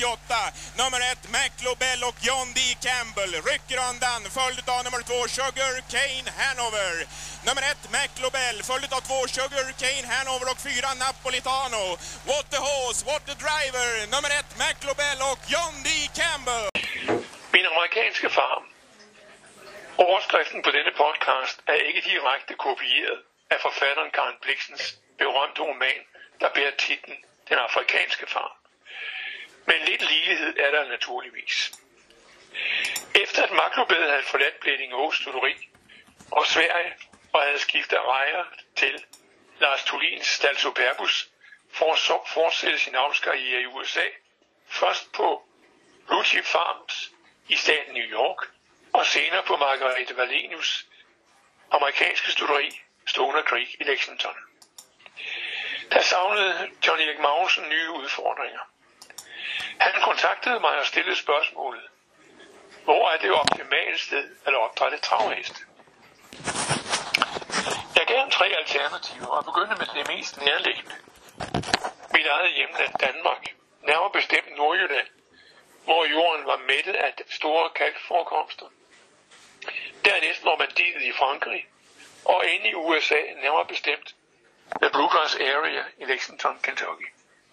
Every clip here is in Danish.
8. Nummer 1 McLobell och John D. Campbell rycker undan, följd av nummer 2 Sugar Cane Hanover. Nummer 1 McLobell följd av 2 Sugar Cane Hanover och 4 Napolitano. What the horse, what the driver. Nummer 1 McLobell och John D. Campbell. Min amerikanske farm. Overskriften på denne podcast er ikke direkte kopieret af forfatteren Karen Blixens berømte roman, der bærer titlen Den afrikanske farm. Men lidt ligelighed er der naturligvis. Efter at McLobell havde forladt Bledingås studeri og Sverige og havde skiftet ejer til Lars Tullins Stald Superbus for at fortsætte sin avlskarriere i USA, først på Blue Chip Farms i staten New York, og senere på Margarete Wallenius amerikanske studeri Stoner Creek i Lexington. Der savnede John Erik Magnussen nye udfordringer. Han kontaktede mig og stillede spørgsmålet: hvor er det optimale sted at opdrætte travheste? Jeg gav ham 3 alternativer og begyndte med det mest nærliggende. Mit eget hjemland Danmark, nærmere bestemt Nordjylland, hvor jorden var mættet af store kalkforekomster. Dernæst Normandiet i Frankrig, og inde i USA, nærmere bestemt The Bluegrass Area i Lexington, Kentucky.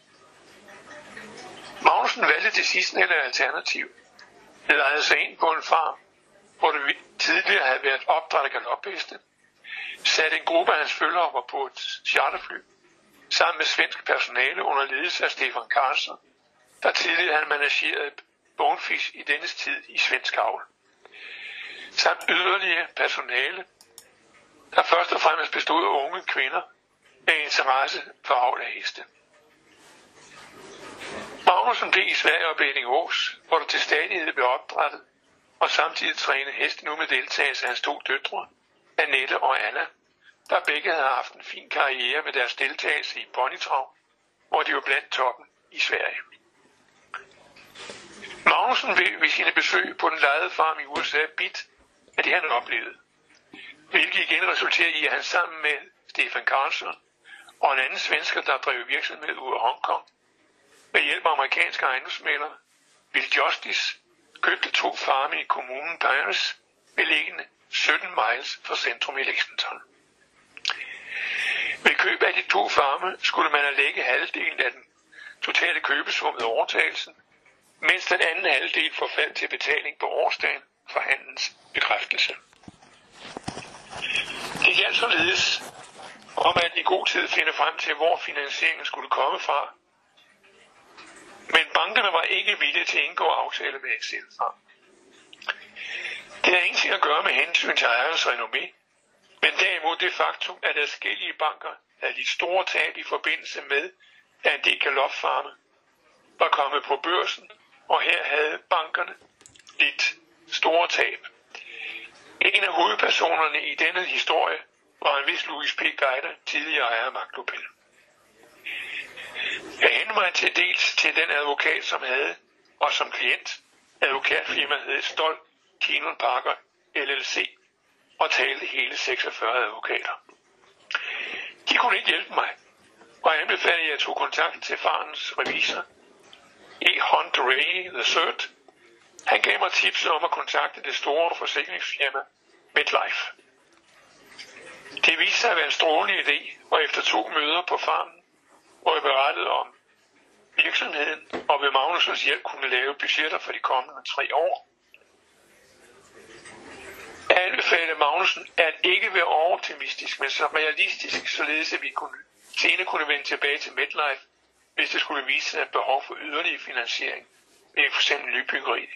Magnussen valgte det sidstnævnte alternativ. Han lejede sig ind på en farm, hvor det tidligere havde været opdræt af galopheste, satte en gruppe af hans følgere på et charterfly, sammen med svensk personale under ledelse af Stefan Karlsson, der tidligere havde manageret Bonefish i dennes tid i svensk avl, samt yderligere personale, der først og fremmest bestod af unge kvinder med interesse for avl af heste. Magnussen blev i Sverige og Bledingås, hvor der til stadighed blev opdrættet, og samtidig træne heste nu med deltagelse af hans 2 døtre, Annette og Anna, der begge havde haft en fin karriere med deres deltagelse i ponytrav, hvor de var blandt toppen i Sverige. Magnussen blev ved sine besøg på den lejede farm i USA bidt af det, han oplevede, hvilket igen resulterede i, at han sammen med Stefan Karlsson og en anden svensker, der drev virksomhed ud af Hongkong, med hjælp af amerikanske ejendomsmæglere, Bill Justice, købte 2 farme i kommunen Paris, beliggende 17 miles fra centrum i Lexington. Ved køb af de 2 farme skulle man lægge halvdelen af den totale købesum ved overtagelsen, mens den anden halvdel forfaldt til betaling på årsdagen for handelens bekræftelse. Det gjaldt således om at i god tid finde frem til, hvor finansieringen skulle komme fra, men bankerne var ikke villige til at indgå aftale med Excel fra. Det havde ingenting at gøre med hensyn til ejernes renommé, men derimod det faktum, at adskillige banker havde lidt store tab i forbindelse med, at en del galopfarme var kommet på børsen, og her havde bankerne lidt store tab. En af hovedpersonerne i denne historie var en vis Louis P. Geider, tidligere ejer af McLobell. Jeg hændte mig til dels til den advokat, som havde, og som klient, advokatfirmaet hed Stolt Keenan Parker LLC, og talte hele 46 advokater. De kunne ikke hjælpe mig, og anbefalede, at jeg tog kontakt til farens revisor, E. Hunt Ray III. Han gav mig tipset om at kontakte det store forsikringsfirma MetLife. Det viste sig at være en strålende idé, og efter 2 møder på farmen, hvor jeg berettede om virksomheden, og ved Magnussens hjælp kunne lave budgetter for de kommende 3 år, jeg anbefalede Magnussen at ikke være overoptimistisk, men så realistisk, således at vi senere kunne vende tilbage til MetLife, hvis det skulle vise sig et behov for yderligere finansiering ved for eksempel nybyggeri.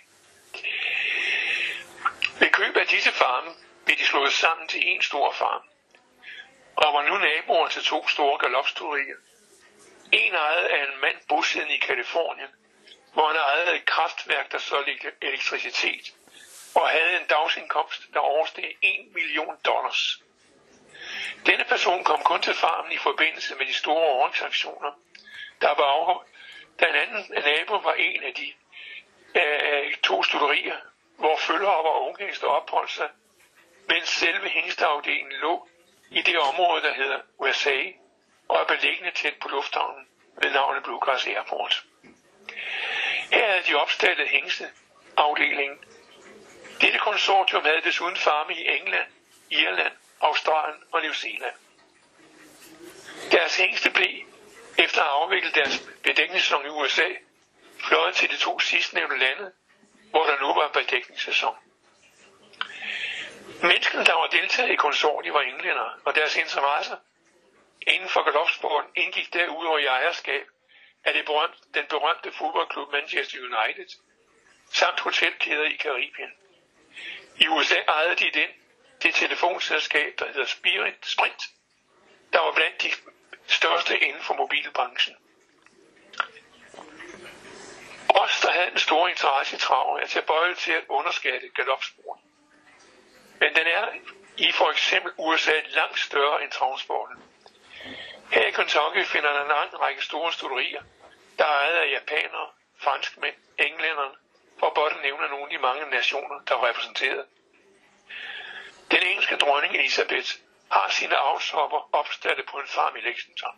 Ved køb af disse farme blev de slået sammen til en stor farm, og var nu naboer til 2 store galopstuderier. En ejet af en mand bosiddende i Kalifornien, hvor han ejede et kraftværk, der solgte elektricitet, og havde en dagsindkomst, der oversteg $1 million. Denne person kom kun til farmen i forbindelse med de store overtransaktioner, der var afholdt, da en anden nabo var en af de 2 studerier, hvor følgere og unghængster opholdt sig, mens selve hængsteafdelingen lå i det område, der hedder USA, og er beliggende tæt på lufthavnen ved navnet Bluegrass Airport. Her havde havde de opstallet hængsteafdelingen. Dette konsortium havde desuden farme i England, Irland, Australien og New Zealand. Deres hængste blev, efter at have afviklet deres bedækningssæson i USA, fløjet til de 2 sidstnævnte lande, hvor der nu var en bedækningssæson. Menneskene, der var deltaget i konsortiet, var englændere, og deres interesser inden for galopsporten indgik derudover i ejerskab af den berømte fodboldklub Manchester United, samt hotelkæder i Karibien. I USA ejede de det telefonselskab, der hedder Sprint, der var blandt de største inden for mobilbranchen. Os, der havde en stor interesse i traven, er tilbøjelige til at underskatte galopsporten. Men den er i for eksempel USA langt større end travsporten. Her i Kentucky finder der en lang række store stutterier, der er ejet af japanere, franskmænd, englænderne, for blot at nævne nogle af de mange nationer, der er repræsenteret. Den engelske dronning Elisabeth har sine avlshopper opstallet på en farm i Lexington.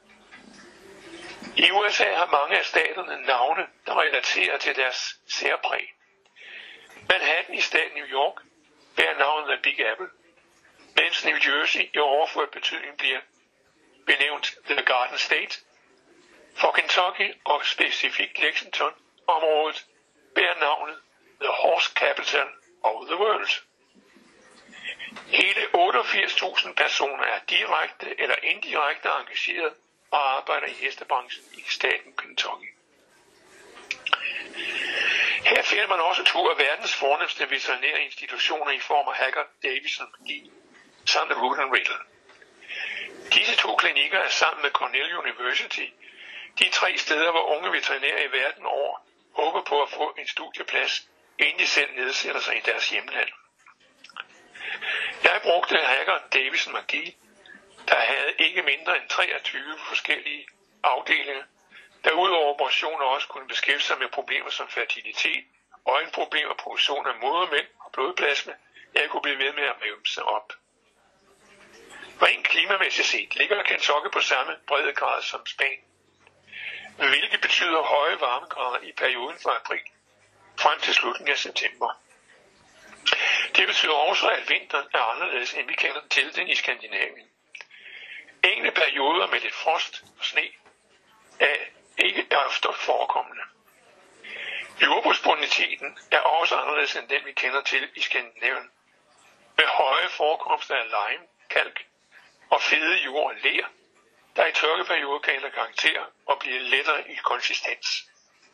I USA har mange af staterne navne, der relaterer til deres særpræg. Manhattan i staten New York bærer navnet af Big Apple, mens New Jersey i overført betydning bliver benævnt The Garden State. For Kentucky og specifikt Lexington-området bærer navnet The Horse Capital of the World. Hele 88.000 personer er direkte eller indirekte engageret og arbejder i hestebranchen i staten Kentucky. Her finder man også 2 af verdens fornemste veterinære institutioner i form af Haggard, Davison McGee samt Root & Riddle. Disse 2 klinikker er sammen med Cornell University de 3 steder, hvor unge veterinærer i verden over håber på at få en studieplads, inden de selv nedsætter sig i deres hjemland. Jeg brugte Haggard, Davison McGee, der havde ikke mindre end 23 forskellige afdelinger, der udover operationer også kunne beskæftige sig med problemer som fertilitet, øjenproblemer, produktion af modermænd og blodplasma. Jeg kunne blive ved med at rive sig op. Rent klimamæssigt set ligger Kentucky på samme breddegrad som Spanien, hvilket betyder høje varmegrader i perioden fra april frem til slutningen af september. Det betyder også, at vinteren er anderledes, end vi kender til den i Skandinavien. Enkelte perioder med lidt frost og sne er ikke ofte forekommende. Jordbrugsboniteten er også anderledes end den, vi kender til i Skandinavien, med høje forekomster af lime, kalk og fede jord og ler, der i tørkeperioder kan ændre karakter og blive lettere i konsistens.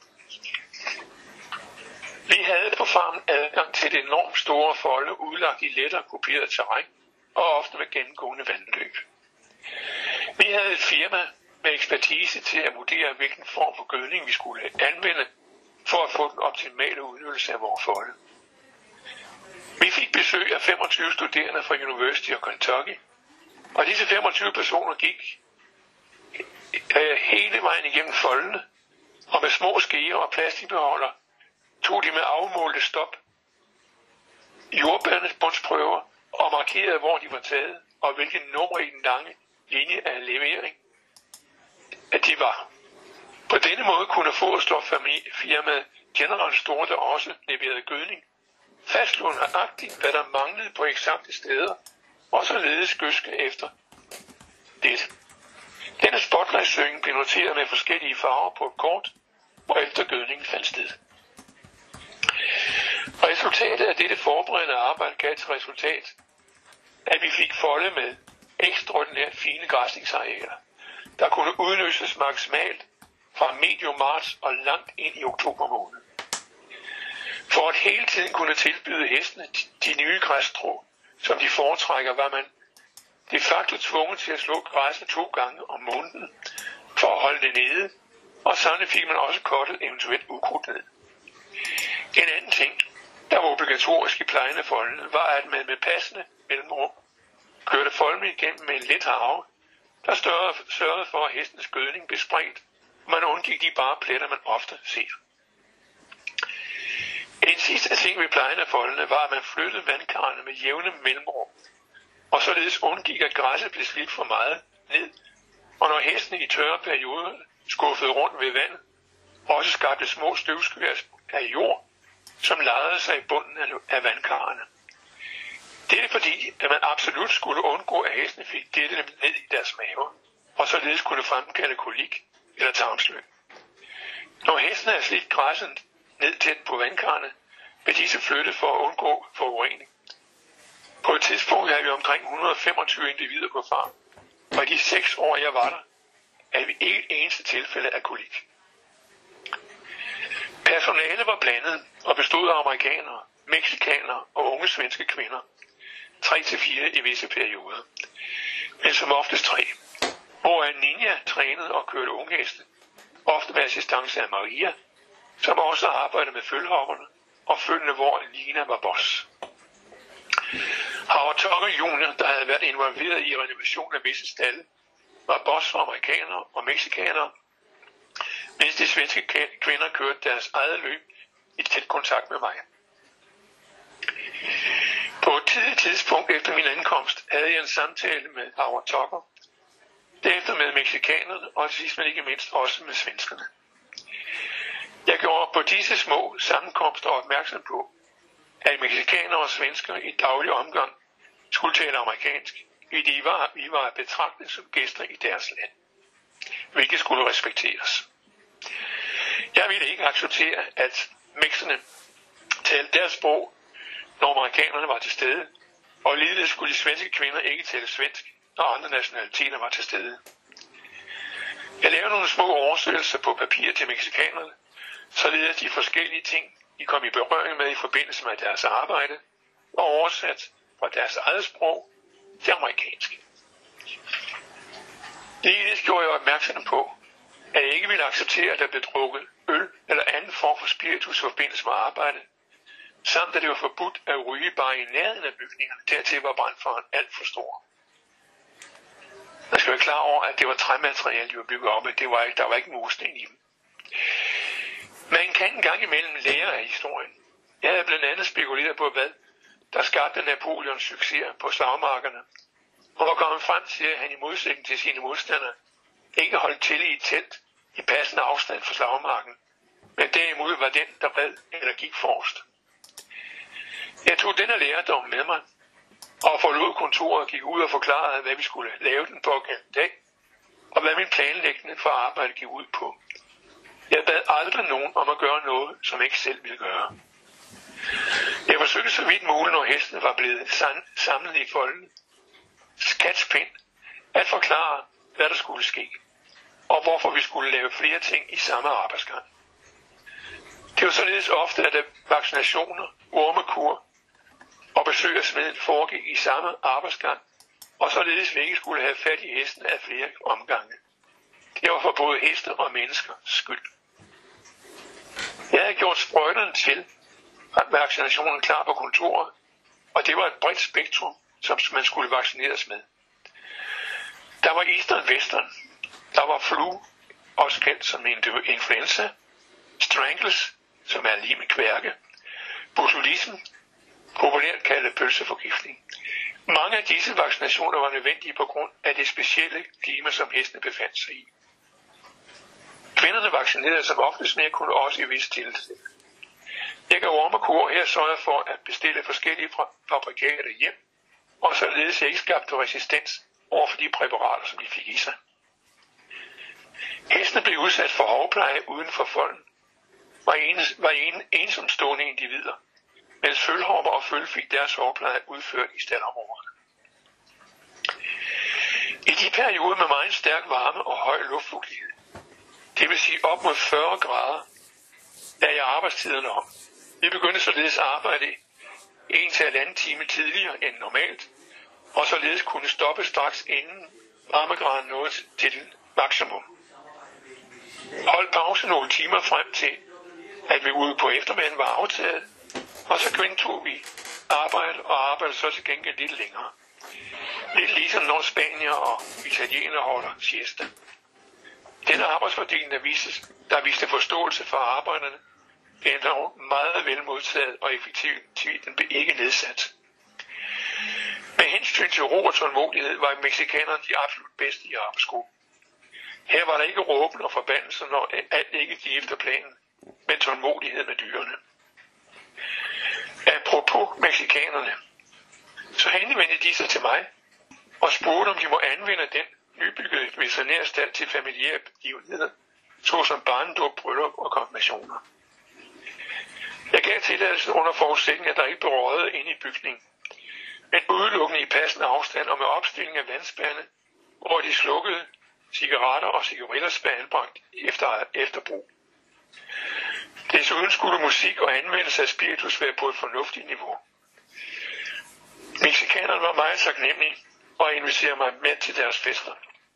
Vi havde på farmen adgang til det enormt store folde udlagt i lettere kuperet terræn og ofte med gennemgående vandløb. Vi havde et firma med ekspertise til at vurdere, hvilken form for gødning vi skulle anvende for at få den optimale udnyttelse af vores folde. Vi fik besøg af 25 studerende fra University of Kentucky, og disse 25 personer gik hele vejen igennem foldene, og med små skeer og plastikbeholder tog de med afmålte stop jordbundsprøver og markerede, hvor de var taget, og hvilke numre i den lange linje af levering at de var. På denne måde kunne foderstoffirmaet General Store, der også leverede gødning, fastslå nøjagtigt, hvad der manglede på eksakte steder, og således gødske efter dette. Denne spotlight-søgning blev noteret med forskellige farver på et kort, hvorefter gødningen fandt sted. Resultatet af dette forberedende arbejde gav til resultat, at vi fik folde med ekstraordinært fine græsningsarealer, der kunne udnyttes maksimalt fra medio marts og langt ind i oktober måned. For at hele tiden kunne tilbyde hestene de nye græsstrå, som de foretrækker, var man de facto tvunget til at slå græsset 2 gange om måneden for at holde det nede, og sådan fik man også kottet eventuelt ukrudt ned. En anden ting, der var obligatorisk i plejen af foldene, var, at man med passende mellemrum kørte folden igennem med en let harve, der sørgede for, at hestens gødning blev spredt, og man undgik de bare pletter, man ofte ser. En sidste ting ved plejen af foldene var, at man flyttede vandkarrene med jævne mellemrum, og således undgik, at græsset blev slidt for meget ned, og når hestene i tørre perioder skuffede rundt ved vandet, også skabte små støvskyer af jord, som lejede sig i bunden af vandkarrene. Det er fordi, at man absolut skulle undgå, at hestene fik dette ned i deres maver, og således kunne fremkalde kolik eller tarmslyng. Når hestene er slidt græsset ned tæt på vandkarrene, vil disse flytte for at undgå forurening. På et tidspunkt havde vi omkring 125 individer på farm, og i de 6 år, jeg var der, havde vi ikke et eneste tilfælde af kolik. Personalet var blandet og bestod af amerikanere, mexikanere og unge svenske kvinder. 3-4 i visse perioder, men som oftest 3. Hvor Ninja trænede og kørte ungheste, ofte med assistance af Maria, som også arbejdede med følgehopperne, og følgende hvor Lina var boss. Howard Tucker Jr., der havde været involveret i renovation af visse stalle, var boss for amerikanere og mexikanere, mens de svenske kvinder kørte deres eget løb i tæt kontakt med mig. På et tidligt tidspunkt efter min ankomst havde jeg en samtale med Howard Tucker, derefter med mexikanerne og sidst men ikke mindst også med svenskerne. Jeg gjorde på disse små sammenkomster opmærksom på, at mexikanere og svensker i daglig omgang skulle tale amerikansk, fordi vi var betragtet som gæster i deres land, hvilket skulle respekteres. Jeg ville ikke acceptere, at mexerne talte deres sprog, når amerikanerne var til stede, og ligeledes skulle de svenske kvinder ikke tale svensk, når andre nationaliteter var til stede. Jeg lavede nogle små oversættelser på papir til mexikanerne, således de forskellige ting, de kom i berøring med i forbindelse med deres arbejde, og oversat fra deres eget sprog til amerikansk. Ligeledes gjorde jeg opmærksom på, at jeg ikke ville acceptere, at der blev drukket øl eller anden form for spiritus i forbindelse med arbejde, samt at det var forbudt at ryge bare i nærheden af bygningerne, dertil var brandfaren alt for stor. Man skal være klar over, at det var træmateriale, de var bygget op af. Der var ikke mursten i dem. Man kan en gang imellem lære af historien. Jeg havde blandt andet spekuleret på, hvad der skabte Napoleons succeser på slagmarkerne, og var kommet frem til, at han i modsætning til sine modstandere ikke holdt til i et telt i passende afstand fra slagmarken, men derimod var den, der red eller gik forrest. Jeg tog denne læredom med mig, og forlod kontoret og gik ud og forklarede, hvad vi skulle lave den pågældende dag, og hvad min planlægning for arbejde gik ud på. Jeg bad aldrig nogen om at gøre noget, som jeg ikke selv ville gøre. Jeg forsøgte så vidt muligt, når hestene var blevet samlet i folden, skatspind, at forklare, hvad der skulle ske, og hvorfor vi skulle lave flere ting i samme arbejdsgang. Det var således ofte, at vaccinationer, ormekur og besøg af smeden foregik i samme arbejdsgang, og således vi ikke skulle have fat i hesten af flere omgange. Det var for både heste og mennesker skyld. Jeg havde gjort sprøjterne til vaccinationen klar på kontoret, og det var et bredt spektrum, som man skulle vaccineres med. Der var Eastern Western, der var flu, også kendt som influenza, strangles, som er lig med kværke, botulism, populært kaldet pølseforgiftning. Mange af disse vaccinationer var nødvendige på grund af det specielle klima, som hestene befandt sig i. Kvinderne vaccinerede som oftest, men jeg kunne også i visse tilfælde. Jeg gav ormekur her sørge for at bestille forskellige fabrikater hjem, og således ikke skabte resistens over for de præparater, som de fik i sig. Hestene blev udsat for hovpleje uden for folden, var ensomstående individer, mens følhopper og føl fik deres hovpleje udført i staldområderne. I de perioder med meget stærk varme og høj luftfugtighed, det vil sige op mod 40 grader, lagde jeg arbejdstiderne om. Vi begyndte således at arbejde 1-1,5 time tidligere end normalt, og således kunne stoppe straks inden varmegraden nåede til maksimum. Hold pause nogle timer frem til, at vi ude på eftermiddagen var aftaget, og så gentog vi arbejde og arbejdede så til gengæld lidt længere. Lidt ligesom når spanier og italiener holder siesta. Denne arbejdsfordeling, der viste forståelse for arbejderne, blev endog meget vel modtaget, og effektiviteten blev ikke nedsat. Med hensyn til ro og tålmodighed var mexikanerne de absolut bedste i arbejdsgruppen. Her var der ikke råben og forbandelser, når alt ikke gik efter planen, men tålmodighed med dyrene. Apropos mexikanerne, så henvendte de sig til mig og spurgte, om de må anvende den nybyggede veterinærstald til familiære begivenheder, såsom barnedåb, bryllup og konfirmationer. Jeg gav tilladelsen under forudsætning, at der ikke blev røget inde i bygningen, men udelukkende i passende afstand og med opstilling af vandspande, hvor de slukkede cigaretter og cigaretter anbragt efter brug. Desuden skulle musik og anvendelse af spiritus være på et fornuftigt niveau. Mexikanerne var meget taknemmelige og inviterede mig med til deres fester.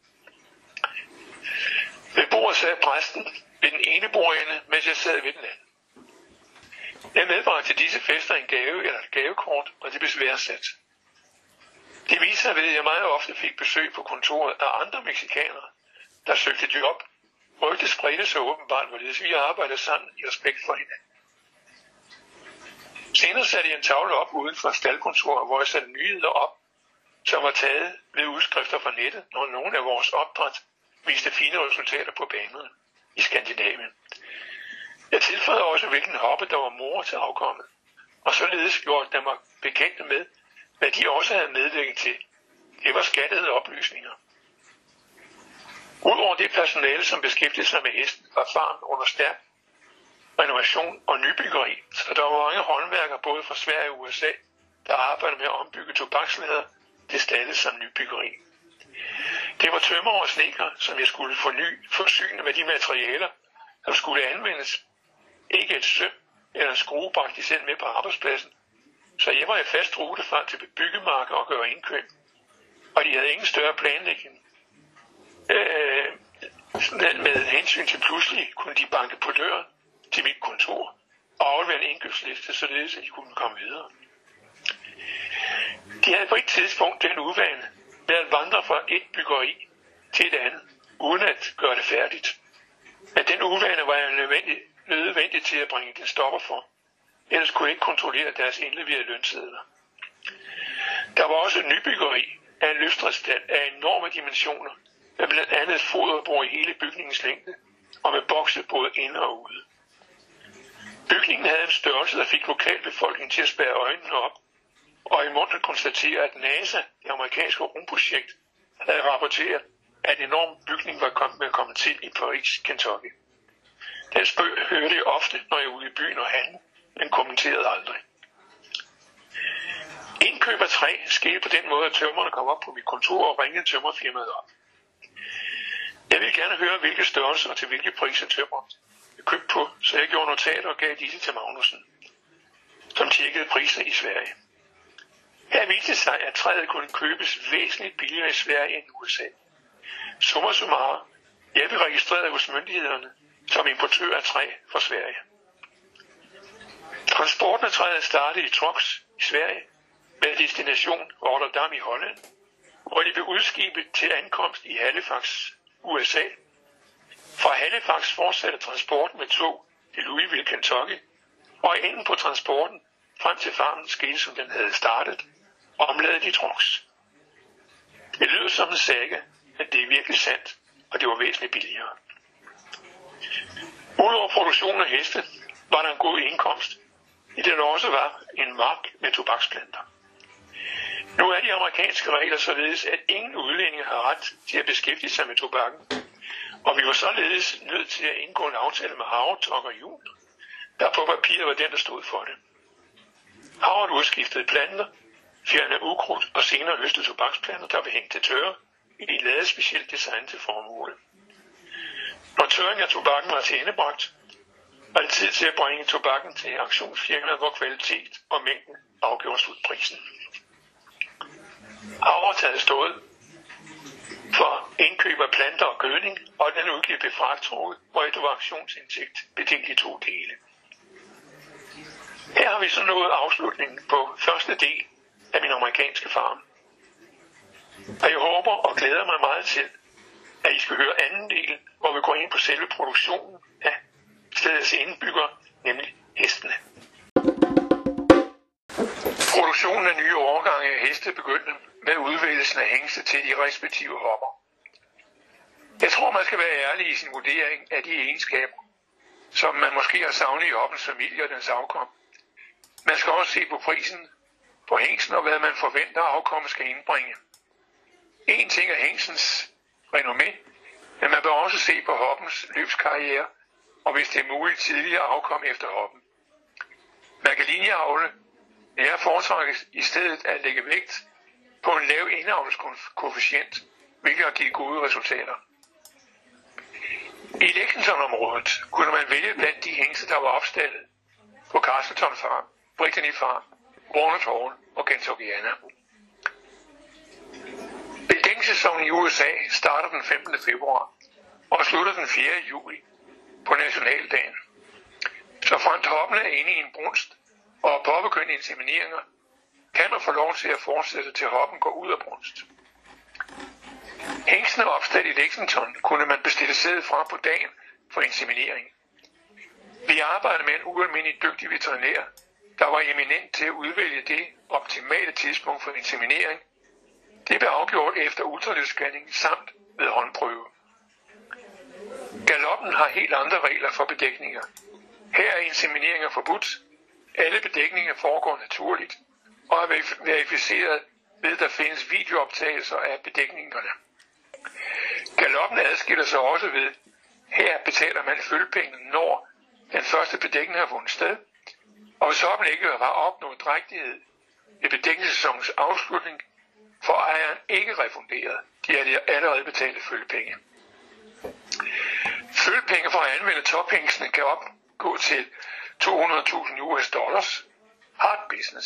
Ved bordet sad præsten ved den ene bordende, mens jeg sad ved den anden. Jeg medbragte til disse fester en gave eller et gavekort, og det blev værdsat. Det viser sig ved, at jeg meget ofte fik besøg på kontoret af andre mexikanere, der søgte job. Rygtet spredte sig åbenbart, hvorledes vi arbejdede sammen i respekt for hinanden. Senere satte jeg en tavle op uden for staldkontoret, hvor jeg satte nyheder op, som var taget ved udskrifter fra nettet, når nogen af vores opdræt viste fine resultater på banerne i Skandinavien. Jeg tilføjede også, hvilken hoppe der var mor til afkommet, og således gjorde dem mig bekendte med, hvad de også havde medvirket til. Det var skattede oplysninger. Udover det personale, som beskæftigede sig med hesten, var farmen under stærk renovation og nybyggeri, så der var mange håndværkere både fra Sverige og USA, der arbejdede med at ombygge tobakslader til stalde som nybyggeri. Det var tømmer og snedker, som jeg skulle forsyne med de materialer, som skulle anvendes. Ikke et søm eller en skrue bragte de selv med på arbejdspladsen, så jeg var i fast rute frem til byggemarker og gøre indkøb. Og de havde ingen større planlægning. Med hensyn til pludselig kunne de banke på døren til mit kontor og aflevere en indkøbsliste, således at de kunne komme videre. De havde på et tidspunkt den uvane med at vandre fra et byggeri til et andet, uden at gøre det færdigt. Men den uvane var jeg nødvendig til at bringe den stopper for. Ellers kunne jeg ikke kontrollere deres indleverede lønsedler. Der var også et nybyggeri af en løftrestand af enorme dimensioner, med blandt andet foderbord i hele bygningens længde, og med bokse både inde og ude. Bygningen havde en størrelse, der fik lokalbefolkningen til at spærre øjnene op, og i munden konstatere, at NASA, det amerikanske rumprojekt, havde rapporteret, at en enorm bygning var kommet til i Paris, Kentucky. Den spøg hørte jeg ofte, når jeg var ude i byen og handle, men kommenterede aldrig. Indkøb af træ skete på den måde, at tømmerne kom op på mit kontor og ringede tømmerfirmaet op. Jeg ville gerne høre, hvilke størrelser og til hvilke priser tømmer jeg købte på, så jeg gjorde notater og gav disse til Magnussen, som tjekkede priser i Sverige. Her viste sig, at træet kunne købes væsentligt billigere i Sverige end USA. Summa summarum, jeg blev registreret hos myndighederne som importør af træ fra Sverige. Transporten af træet startede i trucks i Sverige med destination Rotterdam i Holland, hvor de blev udskibet til ankomst i Halifax, USA. Fra Halifax fortsatte transporten med tog til Louisville, Kentucky, og enden på transporten frem til farmen skete, som den havde startet, og omladet i trucks. Det lød som en saga, men det er virkelig sandt, og det var væsentligt billigere. Udover produktionen af heste var der en god indkomst, i den også var en mark med tobaksplanter. Nu er de amerikanske regler således, at ingen udlændinge har ret til at beskæftige sig med tobakken, og vi var således nødt til at indgå en aftale med Howard Tucker Jr., der på papiret var den, der stod for det. Howard udskiftede planter, fjernede ukrudt og senere høstede tobaksplanter, der blev hængt til tørre i de lavede specielt design til formålet. Når tørring af tobakken var tilendebragt, var det tid til at bringe tobakken til auktionsfirmaet, hvor kvalitet og mængden afgjorde slutprisen. Howard havde stået for indkøb af planter og gødning, og den udgivet blev fratrukket, hvor et var auktionsindtægt bedelt i 2 dele. Her har vi så nået afslutningen på første del af min amerikanske farm. Og jeg håber og glæder mig meget til, at I skal høre anden del, hvor vi går ind på selve produktionen af stedets indbyggere, nemlig hestene. Produktionen af nye årgange af heste begyndte med udvælgelsen af hængste til de respektive hopper. Jeg tror tror, man skal være ærlig i sin vurdering af de egenskaber, som man måske har savnet i hoppens familie og dens afkom. Man skal også se på prisen på hingsten og hvad man forventer afkommet skal indbringe. En ting er hingstens renommé, men man bør også se på hoppens løbskarriere, og hvis det er muligt tidligere afkom efter hoppen. Man kan linjeavle, men jeg foretrækker i stedet at lægge vægt på en lav indavlskoefficient, hvilket har givet gode resultater. I Lexington-området kunne man vælge blandt de hingste, der var opstallet på Castleton Farm, Brittany Farm, Walnut Hall og Kentuckiana. Bedængssæsonen i USA starter den 15. februar og slutter den 4. juli på nationaldagen. Så fremt hoppen er inde i en brunst og påbegyndt insemineringer, kan man få lov til at fortsætte til hoppen går ud af brunst. Hingstene opstillet i Lexington kunne man bestille sæd fra på dagen for inseminering. Vi arbejdede med en ualmindelig dygtig veterinær, der var eminent til at udvælge det optimale tidspunkt for inseminering. Det blev afgjort efter ultralydsscanning samt ved håndprøve. Galoppen har helt andre regler for bedækninger. Her er insemineringer forbudt. Alle bedækninger foregår naturligt og er verificeret ved, at der findes videooptagelser af bedækningerne. Galoppen adskiller sig også ved, her betaler man følgepenge, når den første bedækning har fundet sted, og hvis hoppen ikke var opnået drægtighed ved bedækningssæsonens afslutning, får ejeren ikke refunderet de allerede betalte følgepenge. Følgepenge for at anvende tophængsene kan opgå til $200,000 US. Hard business.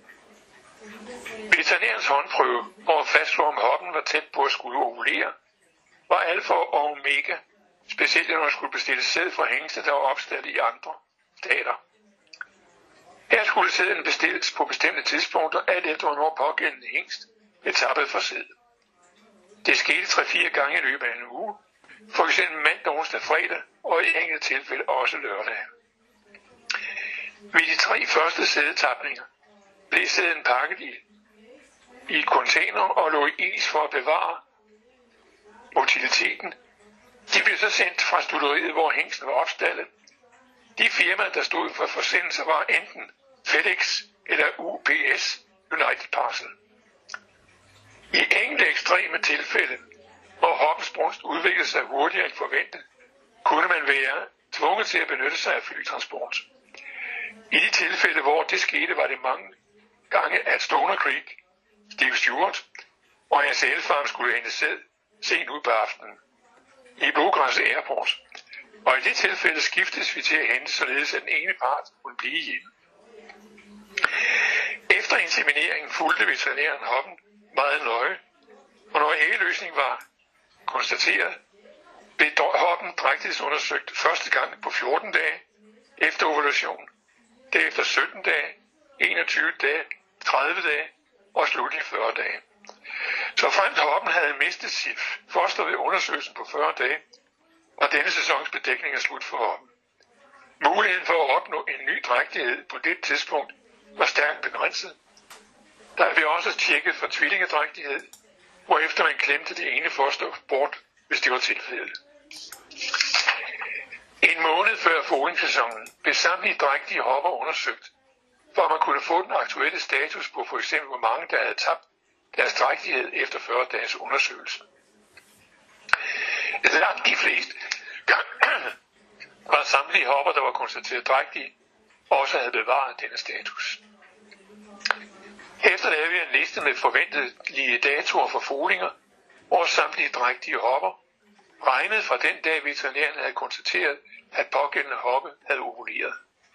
Veterinærens håndprøve, hvor fastslår om hoppen var tæt på at skulle ovulere, var alfa og omega, specielt når der skulle bestille sæd fra hængste, der var opstillet i andre stater. Her skulle sæden bestilles på bestemte tidspunkter, alt efter hvornår pågældende hængst blev tappet for sæd. Det skete 3-4 gange i løbet af en uge, for eksempel mandag, onsdag, fredag og i enkelte tilfælde også lørdag. Ved de 3 første sædetapninger blev sæden pakket i container og lå i is for at bevare motiliteten. De blev så sendt fra studeriet, hvor hængsten var opstallet. De firmaer, der stod for forsendelser, var enten FedEx eller UPS, United Parcel. I enkelte ekstreme tilfælde, hvor hoppens brunst udviklede sig hurtigere end forventet, kunne man være tvunget til at benytte sig af flytransport. I de tilfælde, hvor det skete, var det mange gange, at Stoner Creek, Steve Stewart og ASL Farm skulle hente sæd sent ud på aftenen i Bluegrass Airport. Og i det tilfælde skiftes vi til at hente, således at den ene part kunne blive hjemme. Efter insemineringen fulgte veterinæren hoppen meget nøje, og når hele løsningen var konstateret, blev hoppen drægtighedsundersøgt første gang på 14 dage efter ovulation, derefter 17 dage, 21 dage, 30 dage og slutlig 40 dage. Så fremt hoppen havde mistet sit foster ved undersøgelsen på 40 dage, og denne sæsons bedækning er slut for hoppen. Muligheden for at opnå en ny drægtighed på det tidspunkt var stærkt begrænset. Der blev også tjekket for tvillingedrægtighed, hvorefter man klemte det ene foster bort, hvis det var tilfældet. En måned før fodringssæsonen blev samtlige drægtige hopper undersøgt, for at man kunne få den aktuelle status på for eksempel, hvor mange der havde tabt deres drægtighed efter 40 dages undersøgelse. Langt de fleste var samtlige hopper, der var konstateret drægtige, også havde bevaret denne status. Efter lavede vi en liste med forventelige datoer for folinger, hvor samtlige drægtige hopper, regnet fra den dag veterinæren havde konstateret, at pågældende hoppe havde ovuleret.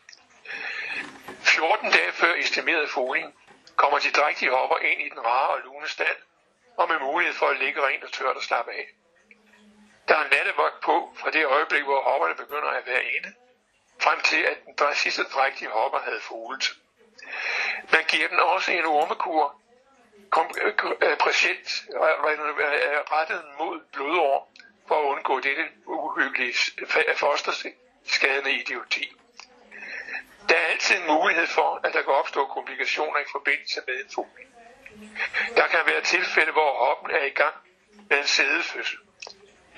14 dage før estimeret foling kommer de drægtige hopper ind i den rare og lune stand, og med mulighed for at ligge rent og tørt og slappe af. Der er nattevagt på fra det øjeblik, hvor hopperne begynder at være inde, frem til at den sidste drægtige hopper havde folet. Man giver den også en ormekur, præcient rettet mod blodår, for at undgå dette uhyggelige fosterskadende idioti. Der er altid en mulighed for, at der kan opstå komplikationer i forbindelse med en foling. Der kan være tilfælde, hvor hoppen er i gang med en sædefødsel.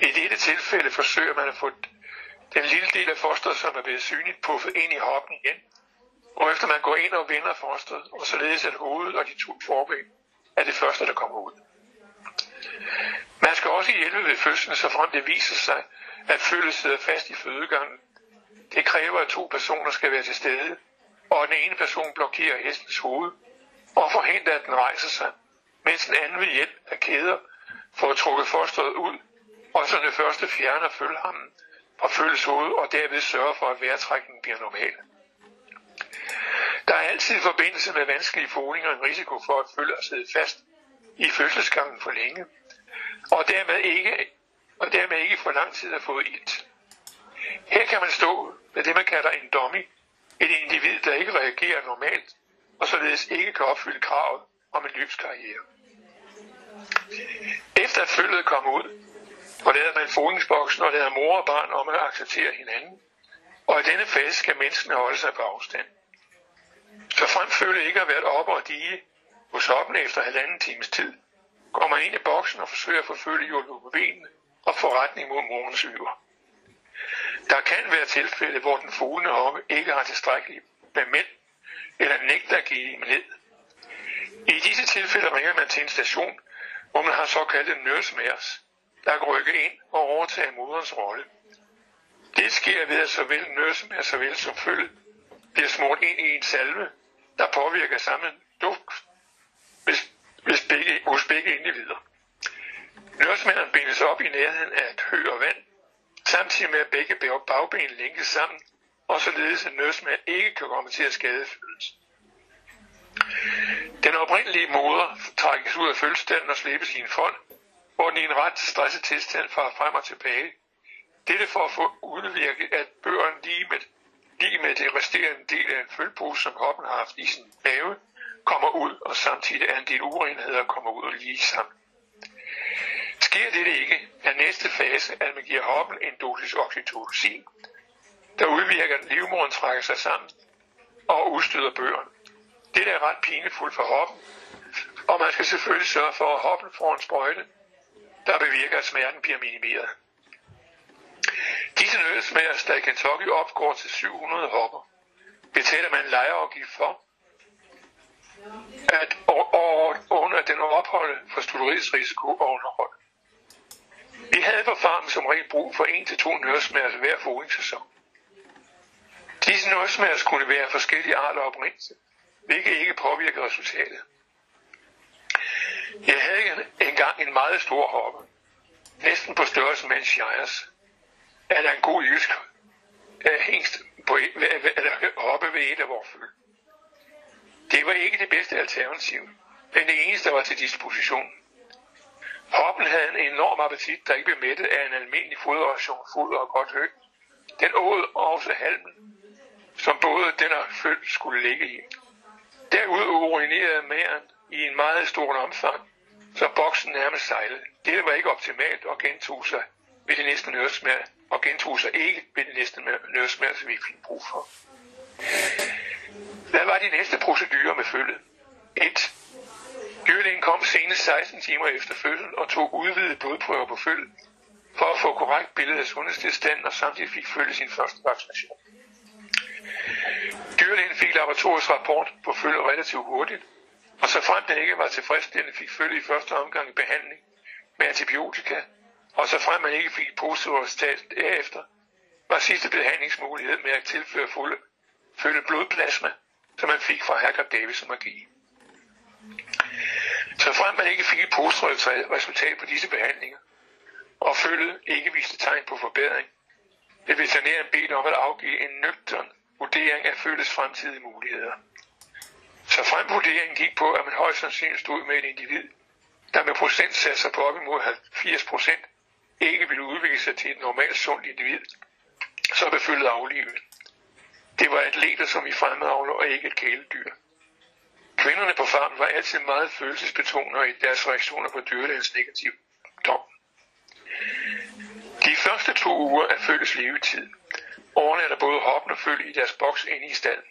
I dette tilfælde forsøger man at få den lille del af fosteret, som er blevet synligt, puffet ind i hoppen igen, og efter man går ind og vender fosteret, og således at hovedet og de to forben er det første, der kommer ud. Man skal også hjælpe ved fødslen, så frem det viser sig, at følget sidder fast i fødegangen. Det kræver, at 2 personer skal være til stede, og den ene person blokerer hestens hoved og forhindrer, at den rejser sig, mens den anden ved hjælp af kæder får trukket fosteret ud, og så den første fjerner følgehammen fra følges hoved, og derved sørger for, at vejrtrækningen bliver normal. Der er altid i forbindelse med vanskelige folinger en risiko for, at følger sidder fast i fødselsgangen for længe, og dermed ikke for lang tid at få ilt. Her kan man stå med det, man kalder en dummy, et individ, der ikke reagerer normalt, og således ikke kan opfylde kravet om en løbskarriere. Efter at følget kommer ud, forlader man fodringsboksen og lader mor og barn om at acceptere hinanden, og i denne fase skal menneskene holde sig på afstand. Så frem følget ikke har været oppe og dige hos hoppen efter 1,5 times tid, går man ind i boksen og forsøger at få følge hjulpet på benene og få retning mod morens yver. Der kan være tilfælde, hvor den fuglende hoppe ikke har tilstrækkeligt med mænd, eller nægter at give dem ned. I disse tilfælde ringer man til en station, hvor man har såkaldte nursemares, der kan rykke ind og overtage moderens rolle. Det sker ved, at såvel nursemager såvel som følge bliver smurt ind i en salve, der påvirker samme duft hos begge individer. Nursemageren bindes op i nærheden af et hø og vand, samtidig med at begge bagben linkes sammen, og således at nursemager ikke kan komme til at skade følelsen. Den oprindelige moder trækkes ud af følgestallen og slæbes i en fold, hvor den i en ret stresset tilstand farer frem og tilbage. Dette for at få udvirket, at børn lige med det resterende del af en følpose, som hoppen har haft i sin mave, kommer ud, og samtidig er en del urenheder kommer ud og lige sammen. Sker dette ikke, er næste fase, at man giver hoppen en dosis oxytocin, der udvirker, at livmoderen trækker sig sammen og udstøder børn. Det er ret pinefuldt for hoppen, og man skal selvfølgelig sørge for, at hoppen får en sprøjte, der bevirker, at smerten bliver minimeret. Disse nødsmagers, der i Kentucky opgår til 700 hopper, betaler man en lejeafgift for, at den opholde for stutteriets risiko og underhold. Vi havde på farmen som regel brug for 1 til 2 nødsmagers hver fodringssæson. Disse nødsmagers kunne være forskellige arter og oprindelse, hvilket ikke påvirker resultatet. Jeg havde engang en meget stor hoppe, næsten på størrelse med en Shires, eller en god jysk hængst på hoppe ved et af vores følge. Det var ikke det bedste alternativ, men det eneste, der var til disposition. Hoppen havde en enorm appetit, der ikke blev mættet af en almindelig foderration, foder og godt hø. Den åd også halmen, som både den og følge skulle ligge i. Derudover urinerede mageren i en meget stor omfang, så boksen nærmest sejlede. Dette var ikke optimalt og gentog sig ved det næste nødsmær, og gentog sig ikke ved det næste nødsmær, som vi fik brug for. Hvad var de næste procedurer med følget? 1. Dyrlægen kom senest 16 timer efter fødslen og tog udvidede blodprøver på følget, for at få korrekt billede af sundhedstilstanden og samtidig fik følge sin første vaccination. Dyrlægen fik laboratoriets rapport på følge relativt hurtigt, og så frem den ikke var tilfredsstillende, fik følge i første omgang i behandling med antibiotika, og så frem man ikke fik positivt resultat derefter, var sidste behandlingsmulighed med at tilføre følge blodplasma, som man fik fra Haggard Davidson Magi. Så frem man ikke fik et positivt resultat på disse behandlinger, og følge ikke viste tegn på forbedring, blev veterinæren bedt om at afgive en nøgtern vurdering af følges fremtidige muligheder. Så frem vurderingen gik på, at man højst sandsynligt stod med et individ, der med procentsatser på op imod 80% ikke ville udvikle sig til et normalt sundt individ, så blev følget aflivet. Det var atleter, som i fremmedavler og ikke et kæledyr. Kvinderne på farmen var altid meget følelsesbetonede i deres reaktioner på dyrlægens negativ dom. De første 2 uger af følges levetid overnatter både hoppen og følge i deres boks inde i stallen.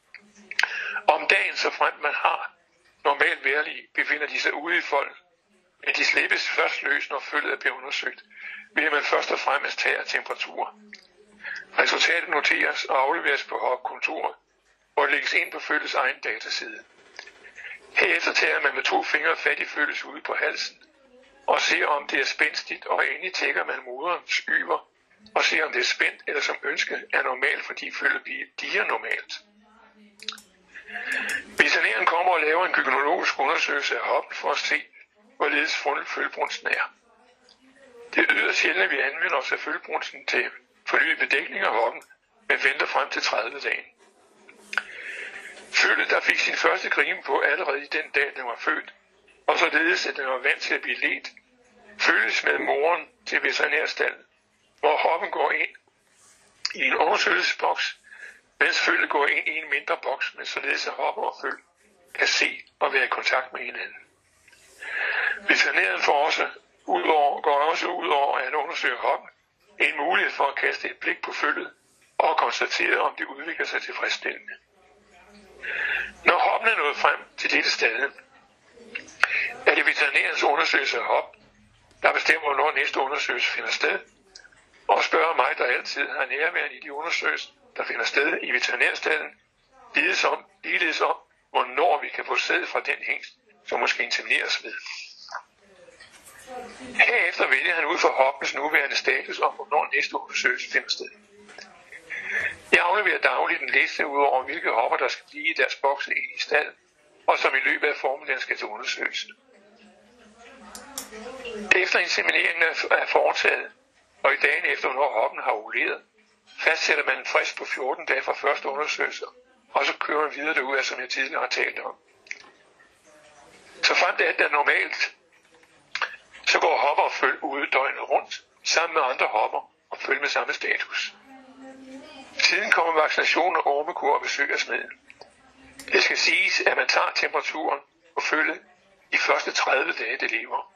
Om dagen, så frem man har normalt vejrlig, befinder de sig ude i folden men de slippes først løs, når følget bliver undersøgt, ved at man først og fremmest tager temperatur. Resultatet noteres og afleveres på hopkontoret, hvor det lægges ind på følgets egen dataside. Herefter tager man med 2 fingre fat i følgets ude på halsen, og ser om det er spændstigt, og endelig tjekker man moderens yver, og ser om det er spændt eller som ønsket er normalt, fordi følget bliver normalt. Veterinæren kommer og laver en gynækologisk undersøgelse af hoppen for at se, hvorledes følgebrunsten er. Det er yderst sjældent, at vi anvender os af følgebrunsten til fornyet bedækning af hoppen, men venter frem til 30 dage. Følget, der fik sin første grime på allerede i den dag, den var født, og således at den var vant til at blive ledt, følges med moren til veterinærstallen, hvor hoppen går ind i en undersøgelsesboks, mens følget går ind i en mindre boks, men således at hoppen og følg kan se og være i kontakt med hinanden. Veterinæren går også ud over at undersøge hoppen en mulighed for at kaste et blik på følget og konstatere, om det udvikler sig tilfredsstillende. Når hoppen er nået frem til dette stadie, er det veterinærens undersøgelse af hoppen, der bestemmer, hvornår næste undersøgelse finder sted, og spørger mig, der altid har nærværende i de undersøgelser, der finder sted i veterinærstallen, ligeledes om, hvornår vi kan få sæd fra den hængst, som måske insemineres ved. Herefter vælger han ud fra hoppens nuværende status om, hvornår næste undersøgelse finder sted. Jeg afleverer dagligt en liste ud over, hvilke hopper, der skal blive i deres bokse inde i stallen, og som i løbet af formiddagen skal til undersøgelse. Efter insemineringen er foretaget, og i dagen efter, når hoppen har ovuleret, fastsætter man en frist på 14 dage fra første undersøgelse, og så kører man videre derud, som jeg tidligere har talt om. Så frem til alt er normalt, så går hopper og følg ude døgnet rundt, sammen med andre hopper og følge med samme status. Siden kommer vaccination og ormekur og besøg af smeden. Det skal siges, at man tager temperaturen og følge de første 30 dage, det lever.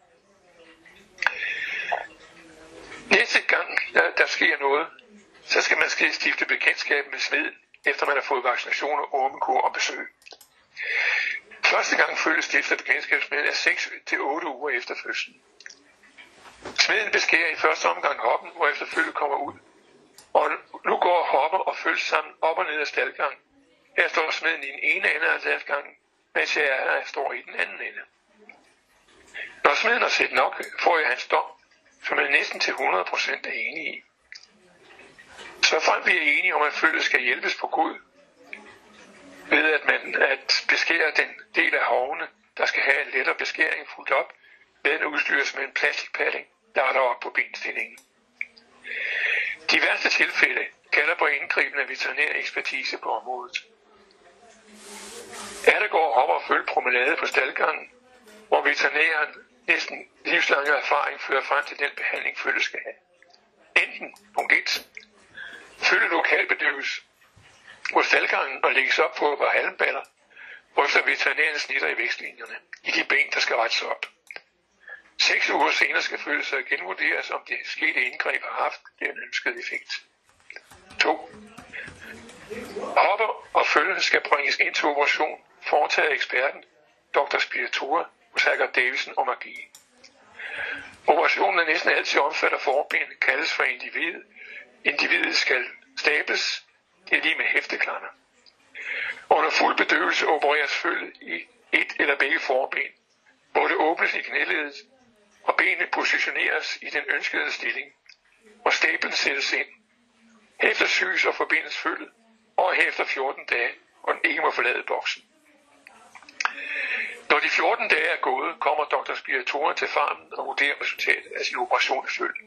Næste gang, der sker noget, så skal man stifte bekendtskab med smeden, efter man har fået vaccination og ormekur og besøg. Første gang følges stifter bekendtskabsmeden er 6 til 8 uger efter fødslen. Smeden beskærer i første omgang hoppen, hvorefter følget kommer ud. Og nu går hopper og følge sammen op og ned af staldgangen. Her står smeden i den ene ende af staldgangen, mens jeg står i den anden ende. Når smeden har set nok, får jeg hans dom, som jeg næsten til 100% er enig i. Så frem vi er enige om, at følget skal hjælpes på Gud, ved at beskære den del af hovene, der skal have en lettere beskæring fuldt op, ved at udstyres med en plastikpadding, der er deroppe på benstillingen. De værste tilfælde kalder på indgribende veterinær ekspertise på området. Der går hopper og følge promenade på staldgangen, hvor veterinæren næsten livslange erfaring fører frem til den behandling følge skal have. Enten, punkt 1, følge lokalbedøves på staldgangen og lægges op på halmballer, hvorefter veterinæren snitter i vækstlinjerne i de ben, der skal rettes op. 6 uger senere skal følge sig genvurderes, om det skete indgreb har haft den ønskede effekt. 2. Hopper og følge skal bringes ind til operation, foretaget af eksperten, Dr. Spiritura, Sager Davison og Magi. Operationen er næsten altid omfatter forben, kaldes for individ. Individet skal stables, det er lige med hæfteklander. Under fuld bedøvelse opereres følge i et eller begge forben, hvor det åbnes i knæledet, og benene positioneres i den ønskede stilling, og stablen sættes ind. Herefter syes og forbindes følget, og herefter 14 dage, og den ikke må forlade boksen. Når de 14 dage er gået, kommer Dr. Spiritura til farmen og vurderer resultatet af sin operation i følge.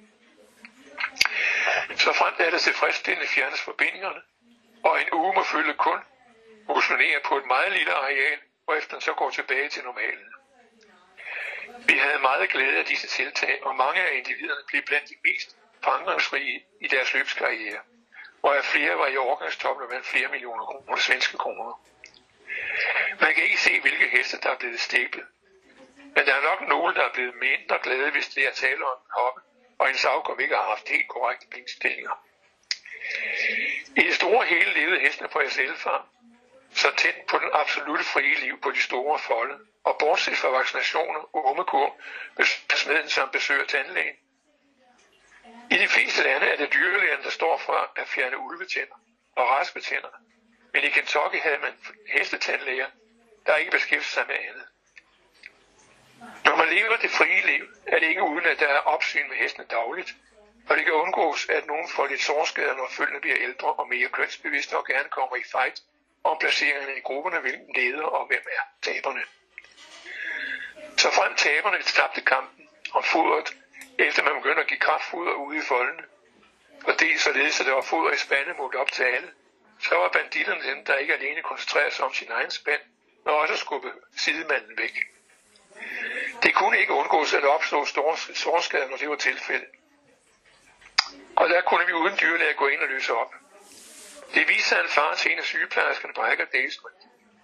Så frem er det tilfredsstillende fjernes forbindingerne, og en uge må følge kun motionere på et meget lille areal, hvorefter den så går tilbage til normalen. Vi havde meget glæde af disse tiltag, og mange af individerne blev blandt de mest fremgangsrige i deres løbskarriere, og af flere var i overgangstoppen blandt flere millioner kroner, svenske kroner. Man kan ikke se, hvilke heste, der er blevet stæblet, men der er nok nogle, der er blevet mindre glade, hvis det er tale om en hoppe, og en afkom ikke har haft helt korrekte benstillinger. I det store hele levede hestene på SL-farm, så tæt på den absolute frie liv på de store folde, og bortset fra vaccinationer og ummekur, smeden som besøger tandlægen. I de fleste lande er det dyrlægerne, der står for at fjerne ulvetænder og raspetænder, men i Kentucky havde man hestetandlæger, der ikke beskæftigede sig med andet. Når man lever det frie liv, er det ikke uden, at der er opsyn med hestene dagligt, og det kan undgås, at nogen får lidt sårskader, når følgende bliver ældre og mere kønsbevidste og gerne kommer i fight om placeringerne i grupperne, hvilken leder og hvem er taberne. Så frem taberne tabte kampen om fodret, efter man begyndte at give kraftfoder ude i foldene, og det således, at der var foder i spande målt op til alle, så var banditterne dem, der ikke alene koncentrerede sig om sin egen spand, men også skubbe sidemanden væk. Det kunne ikke undgås at opstå store sårskader, når det var tilfældet. Og der kunne vi uden dyrlæger gå ind og løse op. Det viste sig en far til en af sygeplejerskerne på Haggard Street,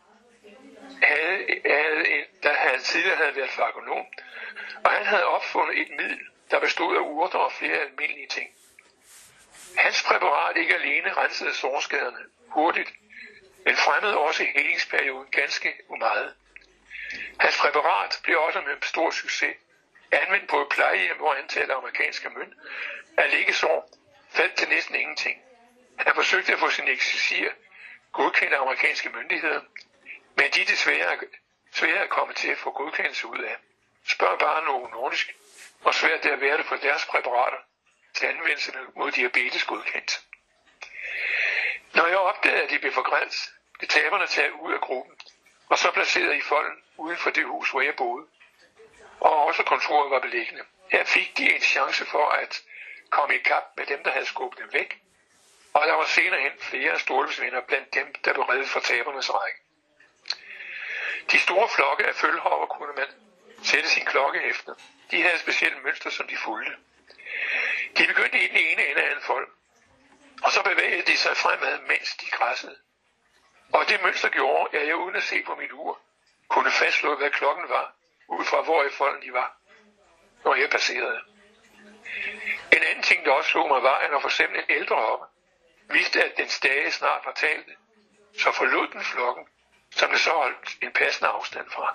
der tidligere havde været farmakonom, og han havde opfundet et middel, der bestod af urter og flere almindelige ting. Hans præparat ikke alene rensede sårskaderne hurtigt, men fremmede også helingsperioden ganske meget. Hans præparat blev også med stor succes anvendt på et plejehjem, hvor antallet af amerikanske mønt af liggesår faldt til næsten ingenting. Han forsøgte at få sin eksisir godkendt af amerikanske myndigheder, men de er desværre at komme til at få godkendelse ud af. Spørg bare Novo Nordisk, hvor svært det er været for deres præparater til anvendelse mod diabetes godkendt. Når jeg opdagede, at de blev forgrænset, blev taberne taget ud af gruppen, og så placeret i folden uden for det hus, hvor jeg boede. Og også kontoret var beliggende. Her fik de en chance for at komme i kamp med dem, der havde skubbet dem væk, og der var senere hen flere stålsvenner blandt dem, der blev reddet fra tabernes række. De store flokke af følhopper kunne man sætte sin klokke efter. De havde et specielt mønster, som de fulgte. De begyndte i den ene ende af en fold, og så bevægede de sig fremad, mens de græssede. Og det mønster gjorde, at jeg uden at se på mit ur, kunne fastslå, hvad klokken var, ud fra hvor i folden de var, når jeg passerede. En anden ting, der også slog mig, var, at når for eksempel en ældre hoppe vidste, at den stage snart var talte, så forlod den flokken, som det så holdt en passende afstand fra.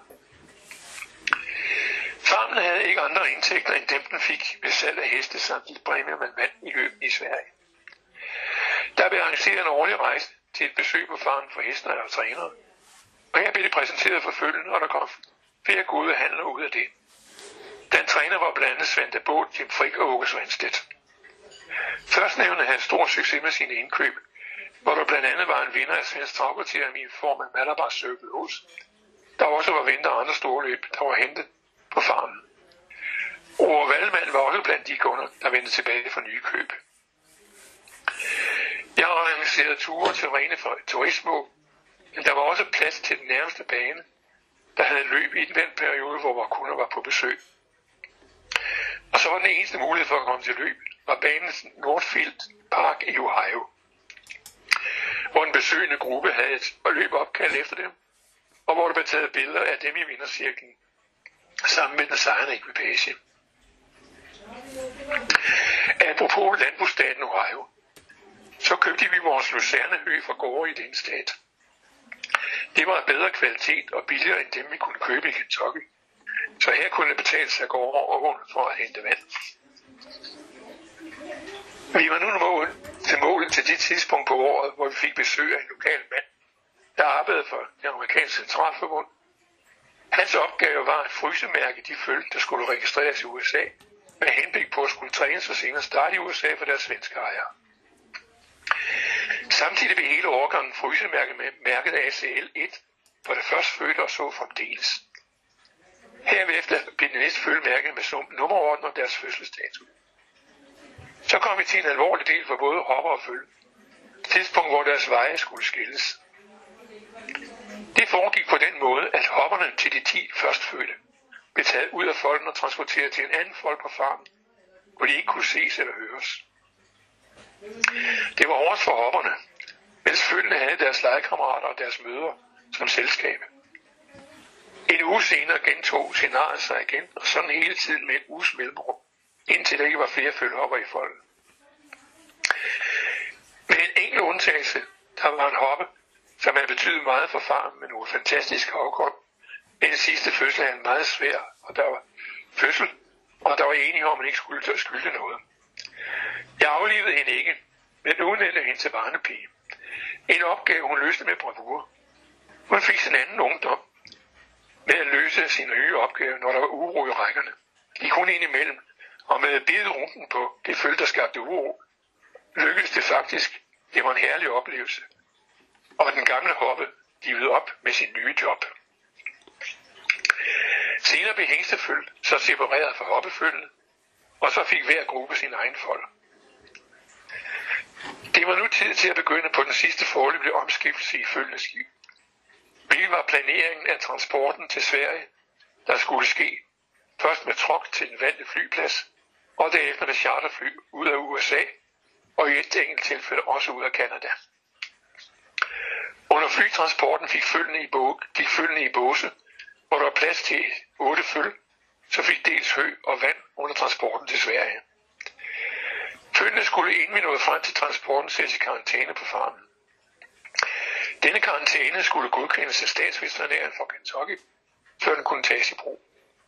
Farmen havde ikke andre indtægter, end dem den fik ved salg af heste samt de præmier, man vandt i løbet i Sverige. Der blev arrangeret en årlig rejse til et besøg på farmen for hester og trænere, og her blev det præsenteret for følgen, og der kom flere gode handler ud af det. Den træner var blandt andet Svante Båd, Jim Frick og Åke Svanstedt. Førstnævnte havde stor succes med sine indkøb, hvor der blandt andet var en vinder af Svensk Travkvarter i form af Malabar Circle Oz, der også var vinder af andre store løb, der var hentet på farmen. Ove Wallmann var også blandt de kunder, der vendte tilbage for nye køb. Jeg har arrangeret ture til rene for turismo, men der var også plads til den nærmeste bane, der havde løb i den periode, hvor vores kunder var på besøg. Og så var den eneste mulighed for at komme til løb, var banens Northfield Park i Ohio, hvor en besøgende gruppe havde et løb opkaldt efter dem, og hvor der blev taget billeder af dem i vindercirklen, sammen med den sejrende ekvipage. Apropos landbrugsstaten Ohio, så købte vi vores lucernehø fra gårde i den stat. Det var af bedre kvalitet og billigere end dem, vi kunne købe i Kentucky, så her kunne det betale sig at gå over åen for at hente vand. Vi var nu til målet til det tidspunkt på året, hvor vi fik besøg af en lokal mand, der arbejdede for det amerikanske centralforbund. Hans opgave var at frysemærke de følge, der skulle registreres i USA, med henblik på at skulle trænes og senere starte i USA for deres svenske ejere. Samtidig blev hele årgangen frysemærket med mærket ACL 1 for det først fødte og så fremdeles. Herefter blev det næste følgemærket med nummerorden og deres fødselsdato. Så kom vi til en alvorlig del for både hopper og følge. Tidspunkt, hvor deres veje skulle skilles. Det foregik på den måde, at hopperne til de 10 førstfødte blev taget ud af folden og transporteret til en anden fold på farmen, hvor de ikke kunne ses eller høres. Det var hårdt for hopperne, mens følgende havde deres legekammerater og deres mødre som selskab. En uge senere gentog scenariet sig igen, og sådan hele tiden med en uges mellemrum, indtil der ikke var flere følhopper i folden. Med en enkelt undtagelse, der var en hoppe, som havde betydet meget for farmen med nogle fantastiske afkom. Den sidste fødsel er en meget svær, og der var enige om, at man ikke skulle skylde noget. Jeg aflevede hende ikke, men udnævnte hende til barnepige. En opgave, hun løste med bravur. Hun fik sin anden ungdom med at løse sin nye opgave, når der var uro i rækkerne. Gik hun ind imellem, og med at bide rumpen på det følge, der skabte uro, lykkedes det faktisk. Det var en herlig oplevelse. Og den gamle hoppe givede op med sin nye job. Senere blev hængsteføl så separeret fra hoppefølgen, og så fik hver gruppe sin egen fold. Det var nu tid til at begynde på den sidste foreløbige omskiftelse i følgenes liv. Hvilket var planeringen af transporten til Sverige, der skulle ske først med truck til den valgte flyplads, og derefter med charterfly ud af USA, og i et enkelt tilfælde også ud af Canada. Under flytransporten gik følgene i båse, hvor der var plads til 8 føl, så fik dels hø og vand under transporten til Sverige. Følgene skulle inden vi nåede frem til transporten sættes i karantæne på farmen. Denne karantæne skulle godkendes af statsveterinæren fra Kentucky, før den kunne tages i brug.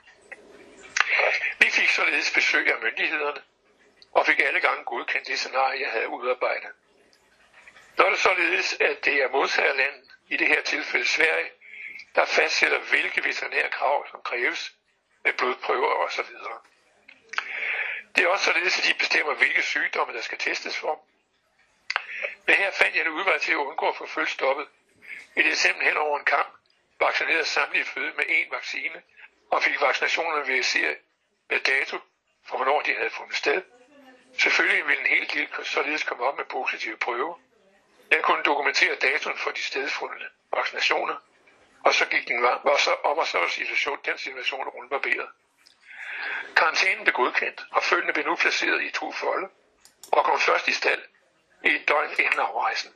Vi fik således besøg af myndighederne, og fik alle gange godkendt det scenarie, jeg havde udarbejdet. Når det således, at det er modtagerlandet, i det her tilfælde Sverige, der fastsætter, hvilke veterinære krav, som kræves med blodprøver osv. Det er også således, at de bestemmer, hvilke sygdomme, der skal testes for. Men her fandt jeg en udvej til at undgå at få følgestoppet, i det simpelthen over en kamp vaccinerede samtlige føde med én vaccine, og fik vaccinationerne verificeret med dato for, hvornår de havde fundet sted. Selvfølgelig ville en hel del således komme op med positive prøver. Jeg kunne dokumentere datoen for de stedfundne vaccinationer, og så gik den den situation rundbarberet. Karantænen blev godkendt, og følgende blev nu placeret i 2 folde, og kom først i stald i et døgn inden afrejsen.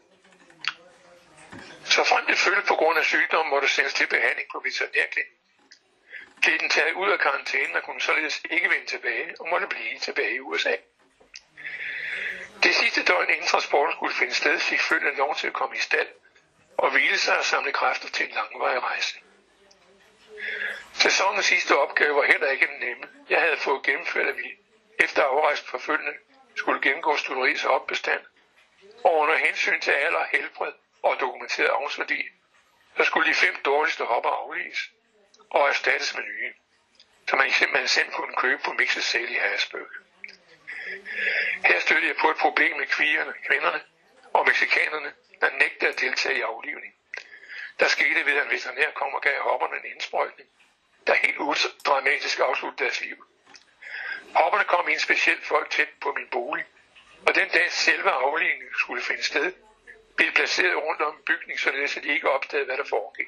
Så frem til følge på grund af sygdom måtte sendes til behandling på veterinærklinik. Blev den taget ud af karantænen og kunne således ikke vende tilbage og måtte blive tilbage i USA. Det sidste døgn inden transporten skulle finde sted, fik følgende lov til at komme i stald og hvile sig og samle kræfter til en langvarig rejse. Sæsonens sidste opgave var heller ikke den nemme. Jeg havde fået gennemført, at vi efter afrejsen fra følgende skulle gennemgå studeriets opbestand, og under hensyn til alder, helbred og dokumenteret avnsværdi, så skulle de 5 dårligste hopper afliges og erstattes med nye, så man simpelthen selv kunne købe på Mixed Sale i Harrisburg. Her stødte jeg på et problem med kvinderne og mexikanerne, der nægtede at deltage i aflivning. Der skete ved, at en veterinær kom og gav hopperne en indsprøjtning, der helt udramatisk afsluttede deres liv. Hopperne kom i en specielt folk tæt på min bolig, og den dag selve aflivningen skulle finde sted, blev de placeret rundt om bygningen, således at de ikke opdagede, hvad der foregik.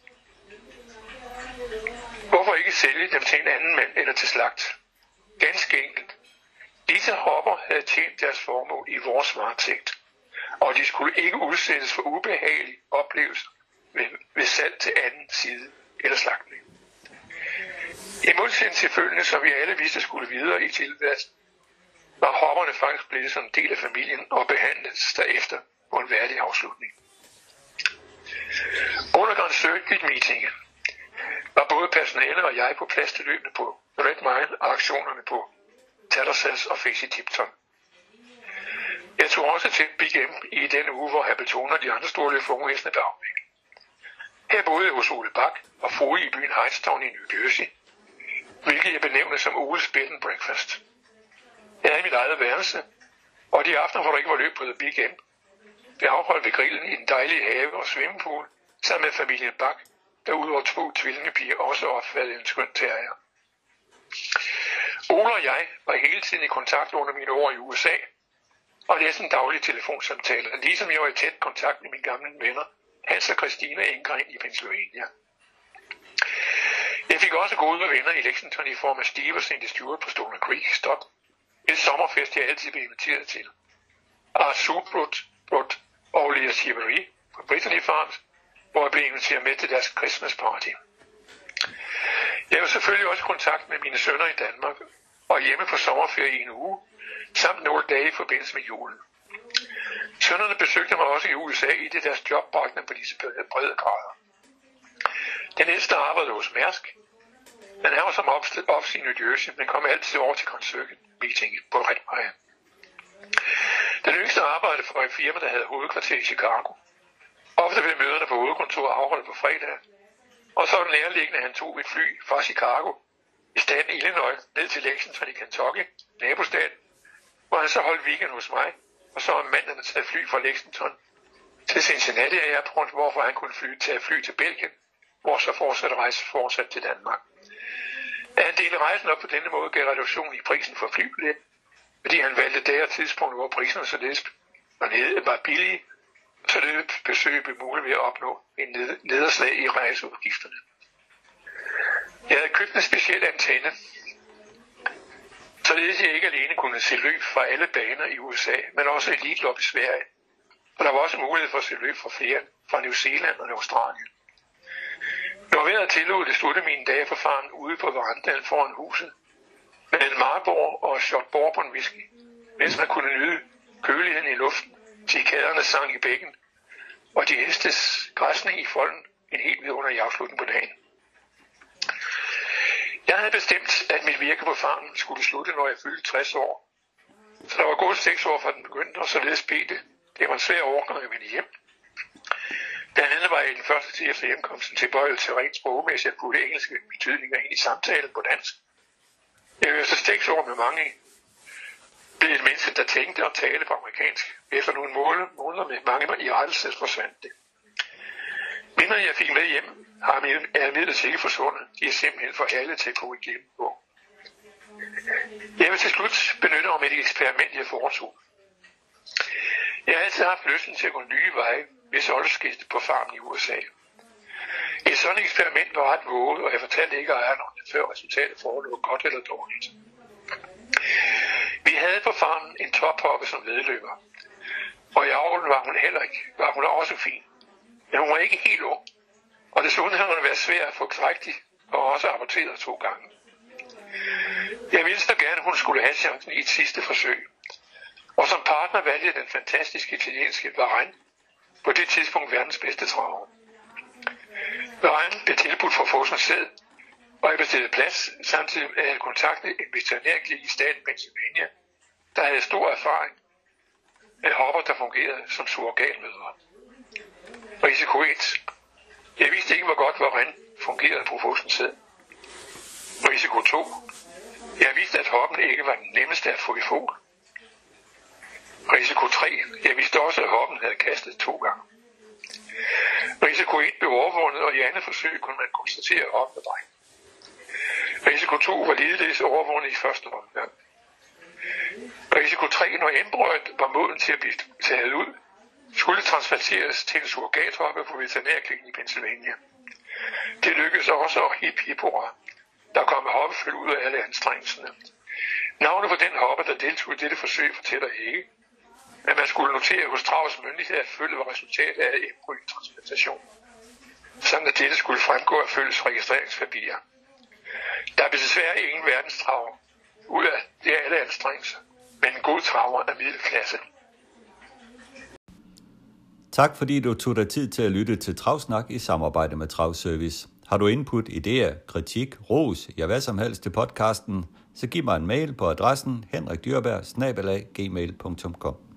Hvorfor ikke sælge dem til en anden mand eller til slagt? Ganske enkelt. Disse hopper havde tjent deres formål i vores varetægt, og de skulle ikke udsættes for ubehagelige oplevelser ved salg til anden side eller slagtning. I modsætning til følgende, som vi alle vidste skulle videre i tilværelsen, var hopperne faktisk blevet som en del af familien og behandles derefter på en værdig afslutning. Under Grand Circuit meetingen var både personale og jeg på plads til løbende på Red Mile og aktionerne på Tattersall's og Facey Tipton. Jeg tog også til Big M i den uge, hvor Hamilton og de andre store løbfungerhæsene var afvæk. Her boede jeg hos Ole Bak og fruede i byen Hightstown i New Jersey, hvilket jeg benævnte som Oles Bed and Breakfast. Jeg havde mit eget værelse, og de aftener, hvor der ikke var løb på The Big M, blev afholdt ved grillen i den dejlige have og swimmingpool, sammen med familien Bak, der udover 2 tvillingepiger også opfattede en skøn terrier. Ole og jeg var hele tiden i kontakt under mine år i USA, og næsten daglige telefonsamtaler, ligesom jeg var i tæt kontakt med mine gamle venner, Hans og Christina Engren i Pennsylvania. Jeg fik også gode venner i Lexington i form af Steve og Cindy Stewart på Stone Creek Stop, et sommerfest jeg altid blev inviteret til. Art Subrot og Lea Chivery på Brittany Farms, hvor jeg blev inviteret med til deres Christmas party. Jeg var selvfølgelig også i kontakt med mine sønner i Danmark og hjemme på sommerferie i en uge, samt nogle dage i forbindelse med julen. Sønnerne besøgte mig også i USA i det deres job bragte dem på disse brede grader. Den ældste arbejdede hos Mærsk. Han er jo som officer i New Jersey, men kom altid over til Concert-meeting på Red Mile. Den yngste arbejdede for et firma, der havde hovedkvarter i Chicago. Ofte blev møderne på hovedkontoret afholdt på fredag, og så var det nærliggende, at han tog et fly fra Chicago i staten Illinois ned til Lexington i Kentucky, nabostaten, hvor han så holdt weekend hos mig, og så om mandagen taget fly fra Lexington til Cincinnati Airport, hvorfor han kunne tage fly til Belgien, hvor så fortsat til Danmark. At han delte rejsen op på denne måde gav reduktion i prisen for flybillet, fordi han valgte det her tidspunkt, hvor priserne således var billige, så det besøg blev muligt ved at opnå en nederslag i rejseudgifterne. Jeg havde købt en speciel antenne, således jeg ikke alene kunne se løb fra alle baner i USA, men også Elite-løb i Sverige. Og der var også mulighed for at se løb fra flere fra New Zealand og Australien. Når vejret tillod det, sluttede mine dage på farmen ude på verandaen foran huset med en Marlboro og shot bourbon whisky, mens man kunne nyde køligheden i luften, cikaderne sang i bækken, og de hestes græsning i folden en helt vidunderlig afslutning på dagen. Jeg havde bestemt, at mit virke på farmen skulle slutte, når jeg fyldte 60 år. Så der var gået 6 år fra den begyndte, og således blev det. Det var en svær overgang at vende hjem. Blandt andet var jeg i den første tid efter hjemkomsten tilbøjelig til rent sprogmæssigt at putte engelske betydninger ind i samtalen på dansk. Jeg var så 6 år med mange blev et menneske, der tænkte og talte på amerikansk. Efter nogle måneder med mange i rettelse forsvandt det. Minder jeg fik med hjem, er imidlertid ikke forsvundet. De er simpelthen for alle til at gå igennem på. Jeg vil til slut benytte om et eksperiment, jeg foretog. Jeg har altid haft lysten til at gå nye veje, hvis oldeskift på farmen i USA. Et sådan eksperiment var ret våget, og jeg fortalte ikke ejeren om det, før resultatet forelå godt eller dårligt. Vi havde på farmen en tophoppe som vedløber, og i avlen var hun også fin. Men hun var ikke helt ung, og desuden havde hun været svær at få drægtig, og også aborteret 2 gange. Jeg ville så gerne, at hun skulle have chancen i et sidste forsøg. Og som partner valgte jeg den fantastiske italienske Varenne, på det tidspunkt verdens bedste traver. Varenne blev tilbudt for at få sådan sæd, og jeg bestilte plads, samtidig med at jeg kontaktede en veterinærklinik i staten Pennsylvania, der havde stor erfaring med hopper, der fungerede som surrogatmødre. Risiko 1. Jeg vidste ikke, hvor godt Varenne fungerede på fostersæd. Risiko 2. Jeg vidste, at hoppen ikke var den nemmeste at få i fod. Risiko 3. Jeg vidste også, at hoppen havde kastet 2 gange. Risiko 1 blev overvundet, og i andet forsøg kunne man konstatere hoppen og dreng. Risiko 2 var ligeledes overvundet i første omgang. Risiko 3, når embryoet var moden til at blive taget ud, skulle transplanteres til en surrogathoppe på veterinærklinikken i Pennsylvania. Det lykkedes også at hip hurra. Der kom hoppefølge ud af alle anstrengelserne. Navnet på den hoppe, der deltog i dette forsøg, fortæller ikke, men man skulle notere hos Travs myndighed, at følget var resultatet af embryotransplantation, samt at dette skulle fremgå af følgets registreringspapirer. Der er desværre ingen verdenstraver ud af det alle anstrengelser, men en god traver af middelklasse. Tak fordi du tog dig tid til at lytte til Travsnak i samarbejde med Travservice. Har du input, idéer, kritik, ros, ja hvad som helst til podcasten, så giv mig en mail på adressen henrikdyrberg@gmail.com.